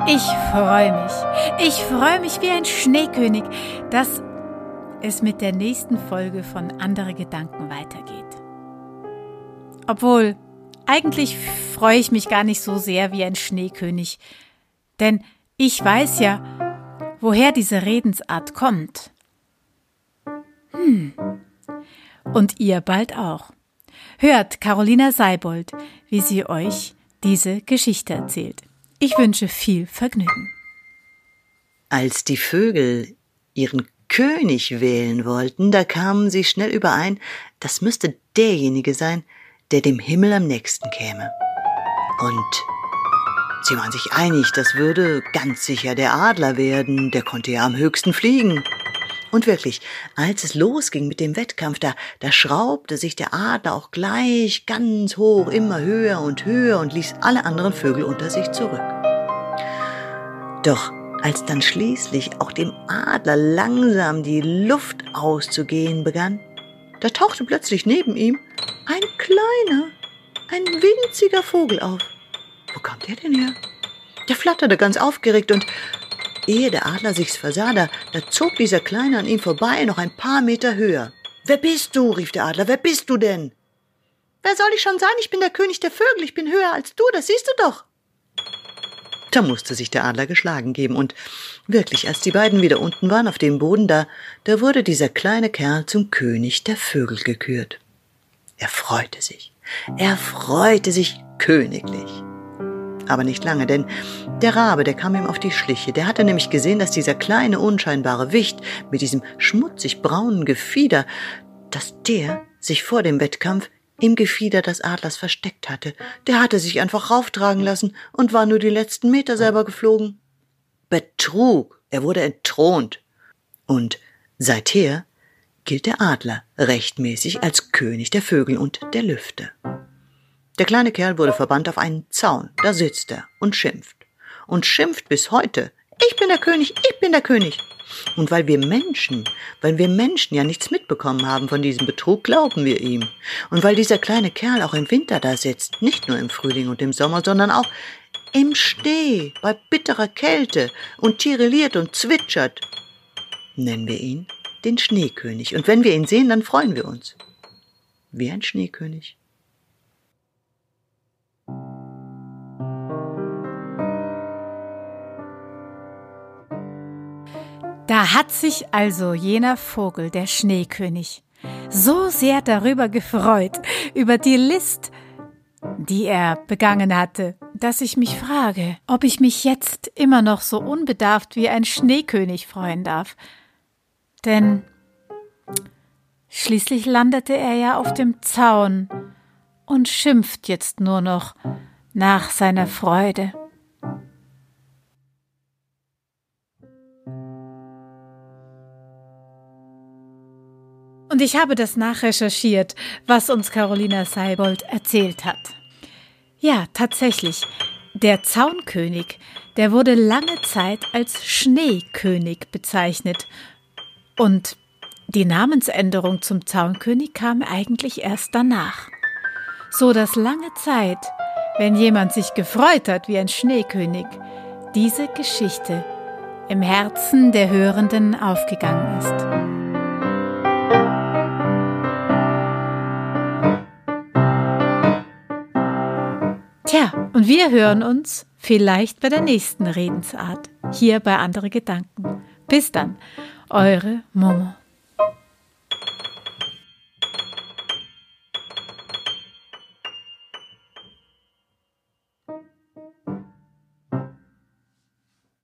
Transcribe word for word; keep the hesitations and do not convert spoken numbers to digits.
Ich freue mich. Ich freue mich wie ein Schneekönig, dass es mit der nächsten Folge von Andere Gedanken weitergeht. Obwohl, eigentlich freue ich mich gar nicht so sehr wie ein Schneekönig, denn ich weiß ja, woher diese Redensart kommt. Hm. Und ihr bald auch. Hört Carolina Seibold, wie sie euch diese Geschichte erzählt. Ich wünsche viel Vergnügen. Als die Vögel ihren König wählen wollten, da kamen sie schnell überein, das müsste derjenige sein, der dem Himmel am nächsten käme. Und sie waren sich einig, das würde ganz sicher der Adler werden, der konnte ja am höchsten fliegen. Und wirklich, als es losging mit dem Wettkampf, da, da schraubte sich der Adler auch gleich ganz hoch, immer höher und höher und ließ alle anderen Vögel unter sich zurück. Doch als dann schließlich auch dem Adler langsam die Luft auszugehen begann, da tauchte plötzlich neben ihm ein kleiner, ein winziger Vogel auf. Wo kam der denn her? Der flatterte ganz aufgeregt und ehe der Adler sich's versah, da, da zog dieser Kleine an ihm vorbei, noch ein paar Meter höher. »Wer bist du?« rief der Adler. »Wer bist du denn?« »Wer soll ich schon sein? Ich bin der König der Vögel. Ich bin höher als du, das siehst du doch.« Da musste sich der Adler geschlagen geben. Und wirklich, als die beiden wieder unten waren auf dem Boden, da, da wurde dieser kleine Kerl zum König der Vögel gekürt. Er freute sich. Er freute sich königlich. Aber nicht lange, denn der Rabe, der kam ihm auf die Schliche. Der hatte nämlich gesehen, dass dieser kleine, unscheinbare Wicht mit diesem schmutzig braunen Gefieder, dass der sich vor dem Wettkampf im Gefieder des Adlers versteckt hatte. Der hatte sich einfach rauftragen lassen und war nur die letzten Meter selber geflogen. Betrug, er wurde entthront. Und seither gilt der Adler rechtmäßig als König der Vögel und der Lüfte. Der kleine Kerl wurde verbannt auf einen Zaun, da sitzt er und schimpft. Und schimpft bis heute. Ich bin der König, ich bin der König. Und weil wir Menschen, weil wir Menschen ja nichts mitbekommen haben von diesem Betrug, glauben wir ihm. Und weil dieser kleine Kerl auch im Winter da sitzt, nicht nur im Frühling und im Sommer, sondern auch im Schnee, bei bitterer Kälte und tirilliert und zwitschert, nennen wir ihn den Schneekönig. Und wenn wir ihn sehen, dann freuen wir uns. Wie ein Schneekönig. Da hat sich also jener Vogel, der Schneekönig, so sehr darüber gefreut, über die List, die er begangen hatte, dass ich mich frage, ob ich mich jetzt immer noch so unbedarft wie ein Schneekönig freuen darf. Denn schließlich landete er ja auf dem Zaun und schimpft jetzt nur noch nach seiner Freude. Und ich habe das nachrecherchiert, was uns Carolina Seibold erzählt hat. Ja, tatsächlich, der Zaunkönig, der wurde lange Zeit als Schneekönig bezeichnet. Und die Namensänderung zum Zaunkönig kam eigentlich erst danach. So dass lange Zeit, wenn jemand sich gefreut hat wie ein Schneekönig, diese Geschichte im Herzen der Hörenden aufgegangen ist. Tja, und wir hören uns vielleicht bei der nächsten Redensart, hier bei Andere Gedanken. Bis dann, eure Momo.